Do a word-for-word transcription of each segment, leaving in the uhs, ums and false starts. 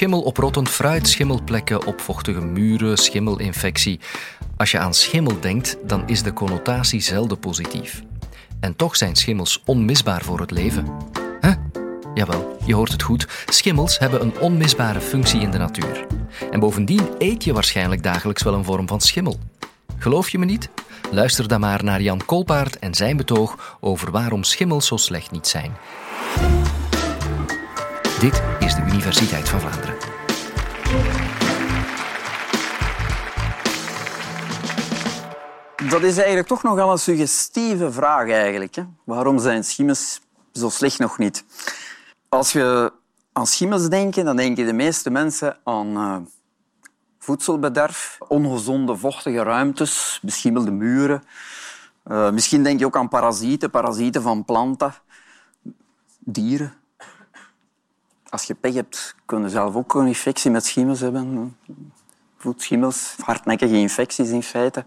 Schimmel op rottend fruit, schimmelplekken op vochtige muren, schimmelinfectie. Als je aan schimmel denkt, dan is de connotatie zelden positief. En toch zijn schimmels onmisbaar voor het leven. Huh? Jawel, je hoort het goed. Schimmels hebben een onmisbare functie in de natuur. En bovendien eet je waarschijnlijk dagelijks wel een vorm van schimmel. Geloof je me niet? Luister dan maar naar Jan Kolpaert en zijn betoog over waarom schimmels zo slecht niet zijn. Dit is de Universiteit van Vlaanderen. Dat is eigenlijk toch nogal een suggestieve vraag eigenlijk. Hè? Waarom zijn schimmels zo slecht nog niet? Als je aan schimmels denkt, dan denken de meeste mensen aan uh, voedselbederf, ongezonde vochtige ruimtes, beschimmelde muren. Uh, misschien denk je ook aan parasieten, parasieten van planten, dieren. Als je pech hebt, kun je zelf ook een infectie met schimmels hebben. Voetschimmels, hardnekkige infecties in feite.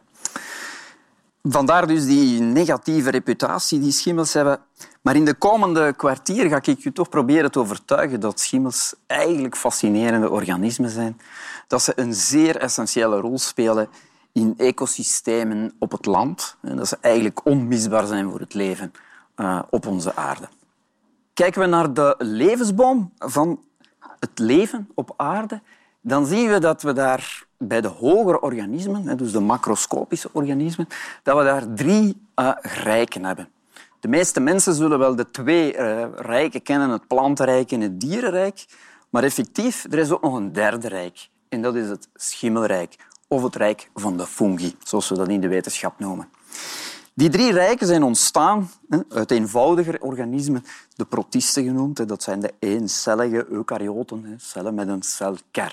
Vandaar dus die negatieve reputatie die schimmels hebben. Maar in de komende kwartier ga ik je toch proberen te overtuigen dat schimmels eigenlijk fascinerende organismen zijn. Dat ze een zeer essentiële rol spelen in ecosystemen op het land. En dat ze eigenlijk onmisbaar zijn voor het leven uh, op onze aarde. Kijken we naar de levensboom van het leven op aarde, dan zien we dat we daar bij de hogere organismen, dus de macroscopische organismen, dat we daar drie uh, rijken hebben. De meeste mensen zullen wel de twee uh, rijken kennen, het plantenrijk en het dierenrijk. Maar effectief, er is ook nog een derde rijk. En dat is het schimmelrijk, of het rijk van de fungi, zoals we dat in de wetenschap noemen. Die drie rijken zijn ontstaan uit eenvoudiger organismen, de protisten genoemd. Dat zijn de eencellige eukaryoten, cellen met een celkern.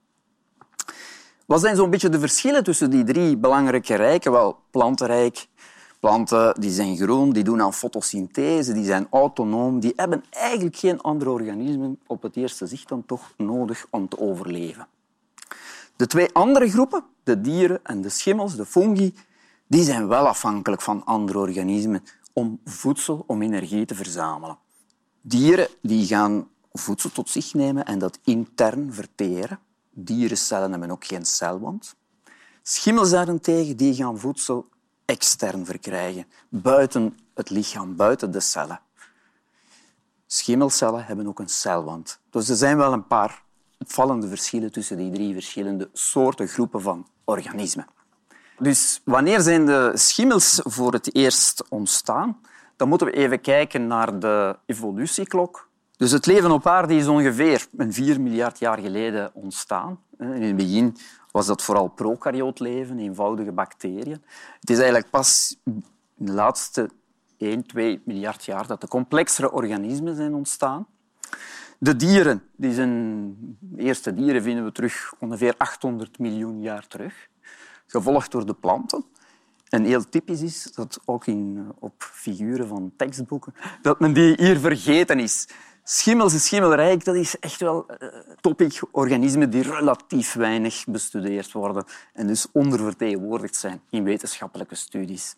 Wat zijn zo'n beetje de verschillen tussen die drie belangrijke rijken? Wel, plantenrijk. Planten die zijn groen, die doen aan fotosynthese, die zijn autonoom. Die hebben eigenlijk geen andere organismen op het eerste zicht dan toch nodig om te overleven. De twee andere groepen, de dieren en de schimmels, de fungi, die zijn wel afhankelijk van andere organismen om voedsel, om energie te verzamelen. Dieren die gaan voedsel tot zich nemen en dat intern verteren. Dierencellen hebben ook geen celwand. Schimmels daarentegen die gaan voedsel extern verkrijgen, buiten het lichaam, buiten de cellen. Schimmelcellen hebben ook een celwand. Dus er zijn wel een paar opvallende verschillen tussen die drie verschillende soorten groepen van organismen. Dus wanneer zijn de schimmels voor het eerst ontstaan? Dan moeten we even kijken naar de evolutieklok. Dus het leven op aarde is ongeveer een vier miljard jaar geleden ontstaan. In het begin was dat vooral prokaryootleven, eenvoudige bacteriën. Het is eigenlijk pas in de laatste één, twee miljard jaar dat de complexere organismen zijn ontstaan. De dieren, die zijn, de eerste dieren vinden we terug ongeveer achthonderd miljoen jaar terug. Gevolgd door de planten. En heel typisch is dat ook in, op figuren van tekstboeken, dat men die hier vergeten is. Schimmels en schimmelrijk, dat is echt wel uh, topic organismen die relatief weinig bestudeerd worden en dus ondervertegenwoordigd zijn in wetenschappelijke studies.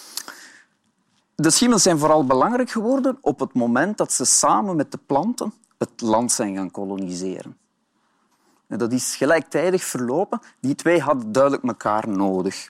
De schimmels zijn vooral belangrijk geworden op het moment dat ze samen met de planten het land zijn gaan koloniseren. En dat is gelijktijdig verlopen. Die twee hadden duidelijk elkaar nodig.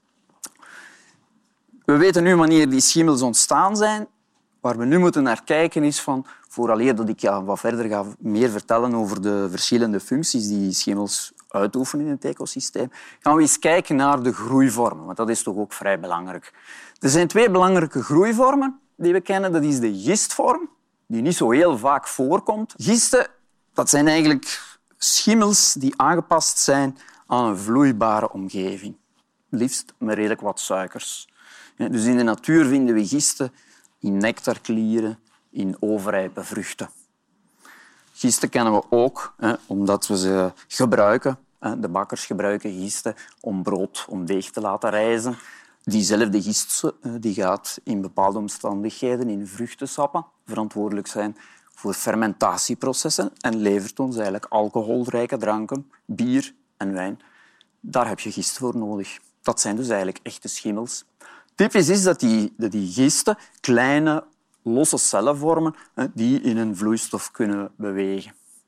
We weten nu wanneer die schimmels ontstaan zijn. Waar we nu moeten naar kijken is van, vooraleer dat ik ja, wat verder ga meer vertellen over de verschillende functies die schimmels uitoefenen in het ecosysteem, gaan we eens kijken naar de groeivormen, want dat is toch ook vrij belangrijk. Er zijn twee belangrijke groeivormen die we kennen. Dat is de gistvorm, die niet zo heel vaak voorkomt. Gisten, dat zijn eigenlijk schimmels die aangepast zijn aan een vloeibare omgeving. Liefst met redelijk wat suikers. Ja, dus in de natuur vinden we gisten in nectarklieren, in overrijpe vruchten. Gisten kennen we ook, hè, omdat we ze gebruiken. Hè, de bakkers gebruiken gisten om brood, om deeg te laten rijzen. Diezelfde gist die gaat in bepaalde omstandigheden in vruchtensappen verantwoordelijk zijn voor fermentatieprocessen en levert ons eigenlijk alcoholrijke dranken, bier en wijn. Daar heb je gist voor nodig. Dat zijn dus eigenlijk echte schimmels. Typisch is dat die, dat die gisten kleine, losse cellen vormen die in een vloeistof kunnen bewegen.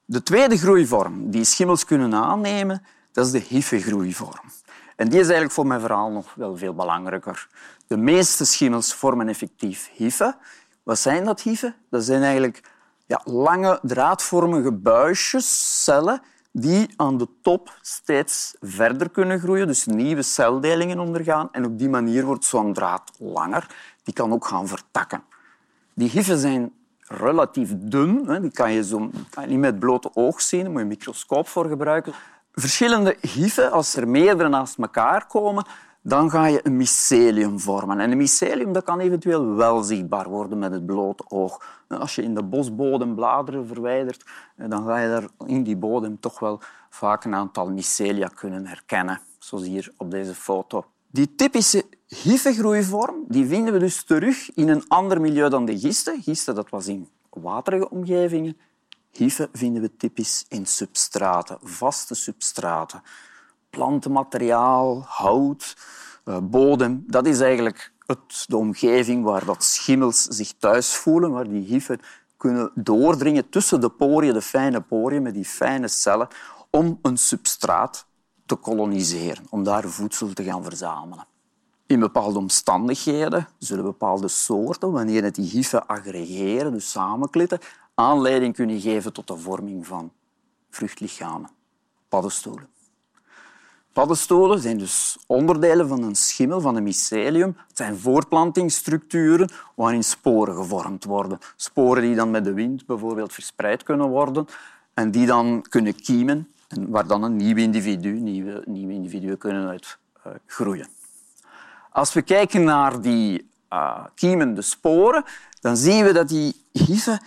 De tweede groeivorm die schimmels kunnen aannemen, dat is de hyphegroeivorm. En die is eigenlijk voor mijn verhaal nog wel veel belangrijker. De meeste schimmels vormen effectief hyphen. Wat zijn dat hyphen? Dat zijn eigenlijk ja, lange draadvormige buisjes, cellen, die aan de top steeds verder kunnen groeien, dus nieuwe celdelingen ondergaan. En op die manier wordt zo'n draad langer. Die kan ook gaan vertakken. Die hyphen zijn relatief dun. Die kan je, zo, kan je niet met het blote oog zien, daar moet je een microscoop voor gebruiken. Verschillende hyphen, als er meerdere naast elkaar komen, dan ga je een mycelium vormen. En een mycelium dat kan eventueel wel zichtbaar worden met het blote oog. Als je in de bosbodem bladeren verwijdert, dan ga je daar in die bodem toch wel vaak een aantal mycelia kunnen herkennen, zoals hier op deze foto. Die typische hyphegroeivorm die vinden we dus terug in een ander milieu dan de gisten. Gisten, dat was in waterige omgevingen. Hyphen vinden we typisch in substraten, vaste substraten. Plantenmateriaal, hout, bodem. Dat is eigenlijk het, de omgeving waar dat schimmels zich thuis voelen, waar die hyphen kunnen doordringen tussen de poriën, de fijne poriën met die fijne cellen, om een substraat te koloniseren, om daar voedsel te gaan verzamelen. In bepaalde omstandigheden zullen bepaalde soorten, wanneer het die hyphen aggregeren, dus samenklitten, aanleiding kunnen geven tot de vorming van vruchtlichamen, paddenstoelen. Paddenstoelen zijn dus onderdelen van een schimmel, van een mycelium. Het zijn voortplantingsstructuren waarin sporen gevormd worden. Sporen die dan met de wind bijvoorbeeld verspreid kunnen worden en die dan kunnen kiemen en waar dan een nieuw individu, nieuwe, nieuwe individuen kunnen uit uh, groeien. Als we kijken naar die uh, kiemende sporen, dan zien we dat die hyphen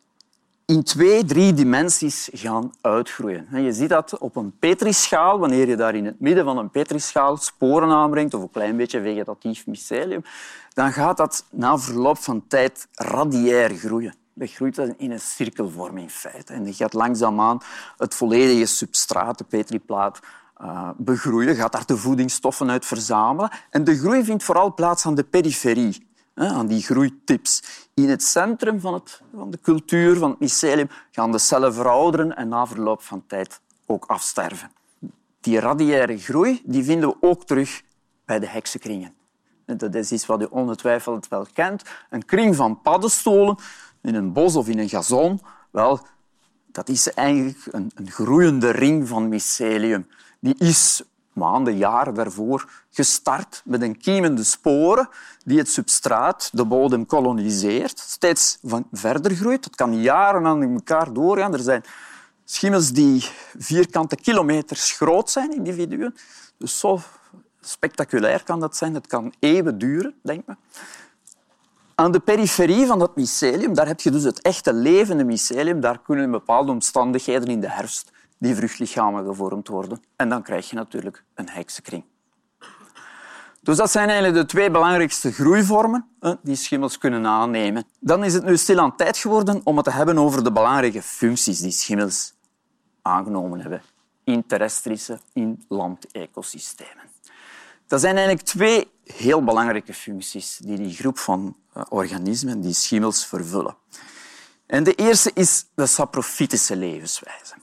in twee, drie dimensies gaan uitgroeien. Je ziet dat op een petrischaal, wanneer je daar in het midden van een petrischaal sporen aanbrengt of een klein beetje vegetatief mycelium, dan gaat dat na verloop van tijd radiair groeien. Dat groeit in een cirkelvorm in feite. En je gaat langzaamaan het volledige substraat, de petriplaat, uh, begroeien, gaat daar de voedingsstoffen uit verzamelen. En de groei vindt vooral plaats aan de periferie, hè, aan die groeitips. In het centrum van, het, van de cultuur, van het mycelium, gaan de cellen verouderen en na verloop van tijd ook afsterven. Die radiaire groei die vinden we ook terug bij de heksenkringen. Dat is iets wat u ongetwijfeld wel kent. Een kring van paddenstoelen in een bos of in een gazon. Wel, dat is eigenlijk een, een groeiende ring van mycelium. Die is maanden, jaren daarvoor gestart met een kiemende sporen die het substraat, de bodem, koloniseert, steeds van verder groeit. Het kan jaren aan elkaar doorgaan. Er zijn schimmels die vierkante kilometers groot zijn, individuen. Dus zo spectaculair kan dat zijn. Het kan eeuwen duren, denk me. Aan de periferie van dat mycelium, daar heb je dus het echte levende mycelium. Daar kunnen in bepaalde omstandigheden in de herfst die vruchtlichamen gevormd worden. En dan krijg je natuurlijk een heksenkring. Dus dat zijn eigenlijk de twee belangrijkste groeivormen die schimmels kunnen aannemen. Dan is het nu stilaan tijd geworden om het te hebben over de belangrijke functies die schimmels aangenomen hebben in terrestrische, in landecosystemen. Dat zijn eigenlijk twee heel belangrijke functies die die groep van organismen, die schimmels, vervullen. En de eerste is de saprofitische levenswijze.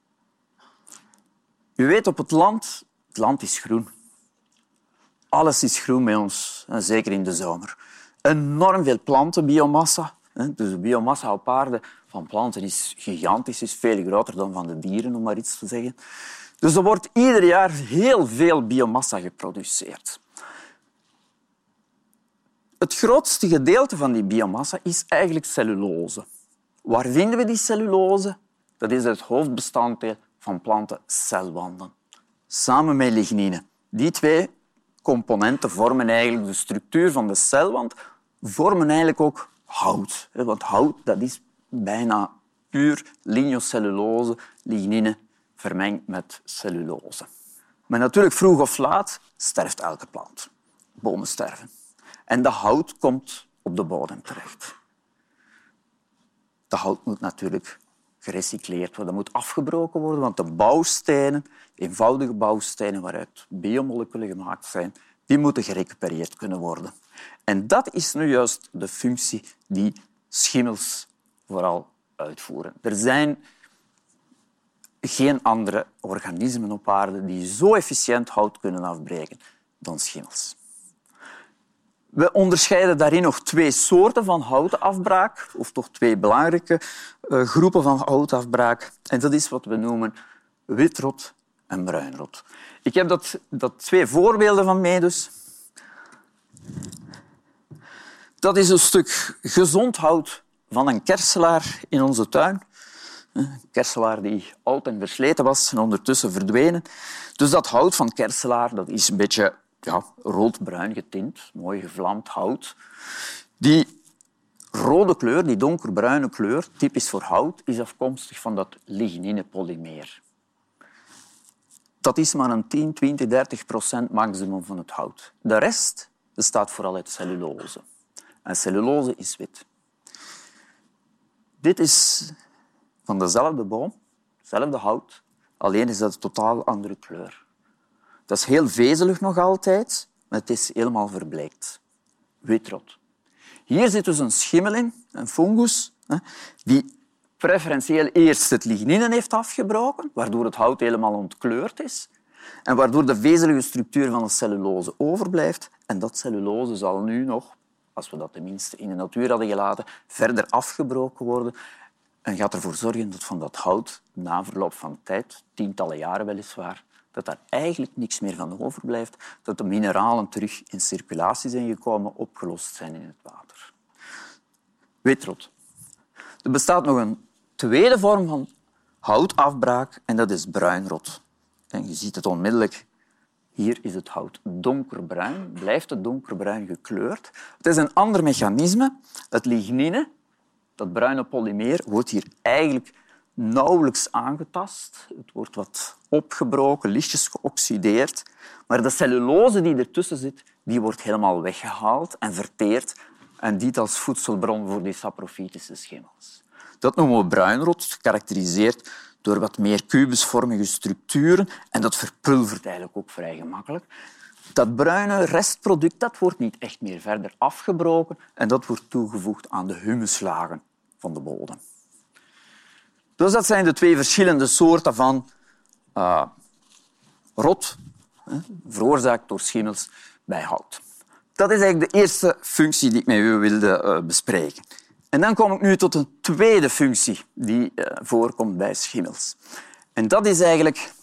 U weet, op het land, het land is groen. Alles is groen bij ons, zeker in de zomer. Enorm veel plantenbiomassa. Dus de biomassa op aarde van planten is gigantisch, is veel groter dan van de dieren, om maar iets te zeggen. Dus er wordt ieder jaar heel veel biomassa geproduceerd. Het grootste gedeelte van die biomassa is eigenlijk cellulose. Waar vinden we die cellulose? Dat is het hoofdbestanddeel van plantencelwanden. Samen met lignine. Die twee componenten vormen eigenlijk de structuur van de celwand, vormen eigenlijk ook hout. Want hout, dat is bijna puur lignocellulose, lignine, vermengd met cellulose. Maar natuurlijk, vroeg of laat sterft elke plant. Bomen sterven. En de hout komt op de bodem terecht. De hout moet natuurlijk gerecycleerd worden. Dat moet afgebroken worden, want de bouwstenen, eenvoudige bouwstenen waaruit biomoleculen gemaakt zijn, die moeten gerecupereerd kunnen worden. En dat is nu juist de functie die schimmels vooral uitvoeren. Er zijn geen andere organismen op aarde die zo efficiënt hout kunnen afbreken dan schimmels. We onderscheiden daarin nog twee soorten van houtafbraak, of toch twee belangrijke uh, groepen van houtafbraak. En dat is wat we noemen witrot en bruinrot. Ik heb dat, dat twee voorbeelden van mee dus. Dat is een stuk gezond hout van een kerselaar in onze tuin. Een kerselaar die oud en versleten was en ondertussen verdwenen. Dus dat hout van kerselaar dat is een beetje ja, roodbruin getint, mooi gevlamd hout. Die rode kleur, die donkerbruine kleur, typisch voor hout, is afkomstig van dat ligninepolymeer. Dat is maar een tien, twintig, dertig procent maximum van het hout. De rest bestaat vooral uit cellulose. En cellulose is wit. Dit is van dezelfde boom, hetzelfde hout, alleen is dat een totaal andere kleur. Dat is heel vezelig nog altijd, maar het is helemaal verbleekt. Witrot. Hier zit dus een schimmel in, een fungus, die preferentieel eerst het lignine heeft afgebroken, waardoor het hout helemaal ontkleurd is en waardoor de vezelige structuur van de cellulose overblijft. En dat cellulose zal nu nog, als we dat tenminste in de natuur hadden gelaten, verder afgebroken worden en gaat ervoor zorgen dat van dat hout, na verloop van tijd, tientallen jaren weliswaar, dat daar eigenlijk niks meer van overblijft, dat de mineralen terug in circulatie zijn gekomen, opgelost zijn in het water. Witrot. Er bestaat nog een tweede vorm van houtafbraak en dat is bruinrot. En je ziet het onmiddellijk. Hier is het hout donkerbruin, blijft het donkerbruin gekleurd. Het is een ander mechanisme. Het lignine, dat bruine polymeer, wordt hier eigenlijk nauwelijks aangetast. Het wordt wat opgebroken, lichtjes geoxideerd. Maar de cellulose die ertussen zit, die wordt helemaal weggehaald en verteerd en dient als voedselbron voor die saprofitische schimmels. Dat noemen we bruinrot, gekarakteriseerd door wat meer kubusvormige structuren en dat verpulvert eigenlijk ook vrij gemakkelijk. Dat bruine restproduct dat wordt niet echt meer verder afgebroken en dat wordt toegevoegd aan de humuslagen van de bodem. Dus dat zijn de twee verschillende soorten van uh, rot, hè, veroorzaakt door schimmels bij hout. Dat is eigenlijk de eerste functie die ik met u wilde uh, bespreken. En dan kom ik nu tot een tweede functie die uh, voorkomt bij schimmels. En dat is eigenlijk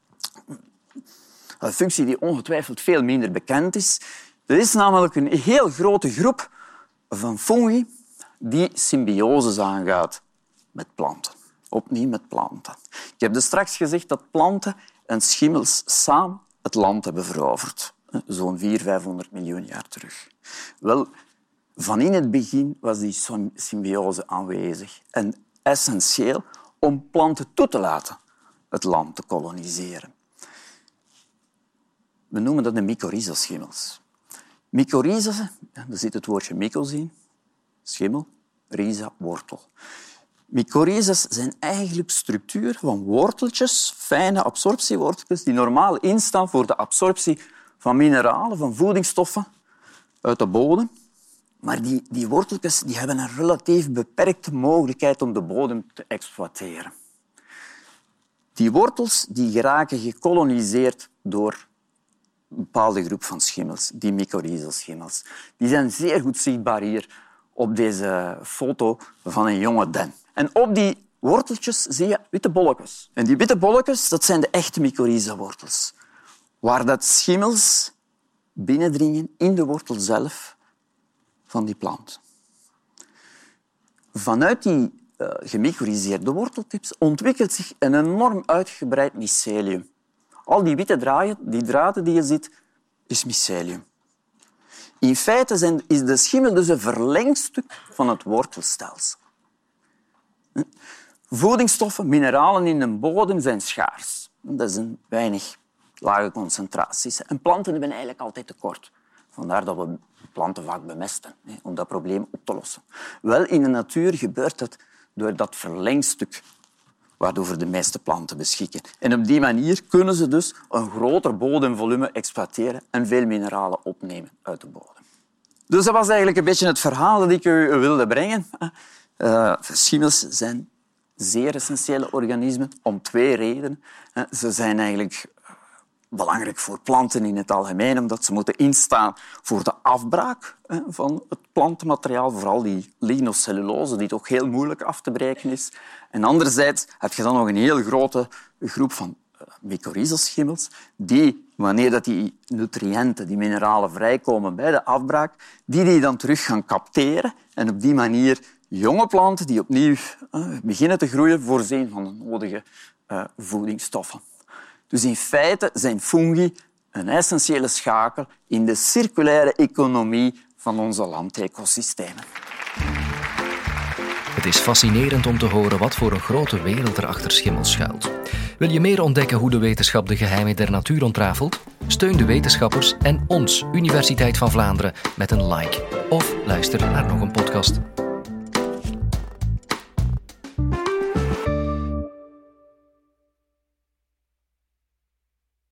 een functie die ongetwijfeld veel minder bekend is. Er is namelijk een heel grote groep van fungi die symbioses aangaat met planten. Opnieuw met planten. Ik heb dus straks gezegd dat planten en schimmels samen het land hebben veroverd. Zo'n vierhonderd, vijfhonderd miljoen jaar terug. Wel, van in het begin was die symbiose aanwezig en essentieel om planten toe te laten het land te koloniseren. We noemen dat de mycorrhizaschimmels. Mycorrhiza, daar zit het woordje mycos in, schimmel, rhiza, wortel. Mycorrhiza's zijn eigenlijk structuur van worteltjes, fijne absorptieworteltjes, die normaal instaan voor de absorptie van mineralen, van voedingsstoffen uit de bodem. Maar die, die worteltjes die hebben een relatief beperkte mogelijkheid om de bodem te exploiteren. Die wortels die geraken gekoloniseerd door een bepaalde groep van schimmels, die mycorrhizaschimmels. Die zijn zeer goed zichtbaar hier op deze foto van een jonge den. En op die worteltjes zie je witte bolletjes. En die witte bolletjes, dat zijn de echte mycorrhizawortels, waar dat schimmels binnendringen in de wortel zelf van die plant. Vanuit die uh, gemycorrhizeerde worteltips ontwikkelt zich een enorm uitgebreid mycelium. Al die witte draaien, die draden die je ziet, is mycelium. In feite zijn, is de schimmel dus een verlengstuk van het wortelstelsel. Voedingsstoffen, mineralen in de bodem zijn schaars. Dat zijn weinig lage concentraties. En planten hebben eigenlijk altijd tekort. Vandaar dat we planten vaak bemesten, om dat probleem op te lossen. Wel, in de natuur gebeurt dat door dat verlengstuk waarover de meeste planten beschikken. En op die manier kunnen ze dus een groter bodemvolume exploiteren en veel mineralen opnemen uit de bodem. Dus dat was eigenlijk een beetje het verhaal dat ik u wilde brengen. Uh, schimmels zijn zeer essentiële organismen om twee redenen. Ze zijn eigenlijk belangrijk voor planten in het algemeen, omdat ze moeten instaan voor de afbraak van het plantenmateriaal, vooral die lignocellulose, die toch heel moeilijk af te breken is. En anderzijds heb je dan nog een heel grote groep van mycorrhizaschimmels die, wanneer dat die nutriënten, die mineralen vrijkomen bij de afbraak, die die dan terug gaan capteren en op die manier jonge planten die opnieuw uh, beginnen te groeien, voorzien van de nodige uh, voedingsstoffen. Dus in feite zijn fungi een essentiële schakel in de circulaire economie van onze landecosystemen. Het is fascinerend om te horen wat voor een grote wereld er achter schimmels schuilt. Wil je meer ontdekken hoe de wetenschap de geheimen der natuur ontrafelt? Steun de wetenschappers en ons, Universiteit van Vlaanderen, met een like. Of luister naar nog een podcast.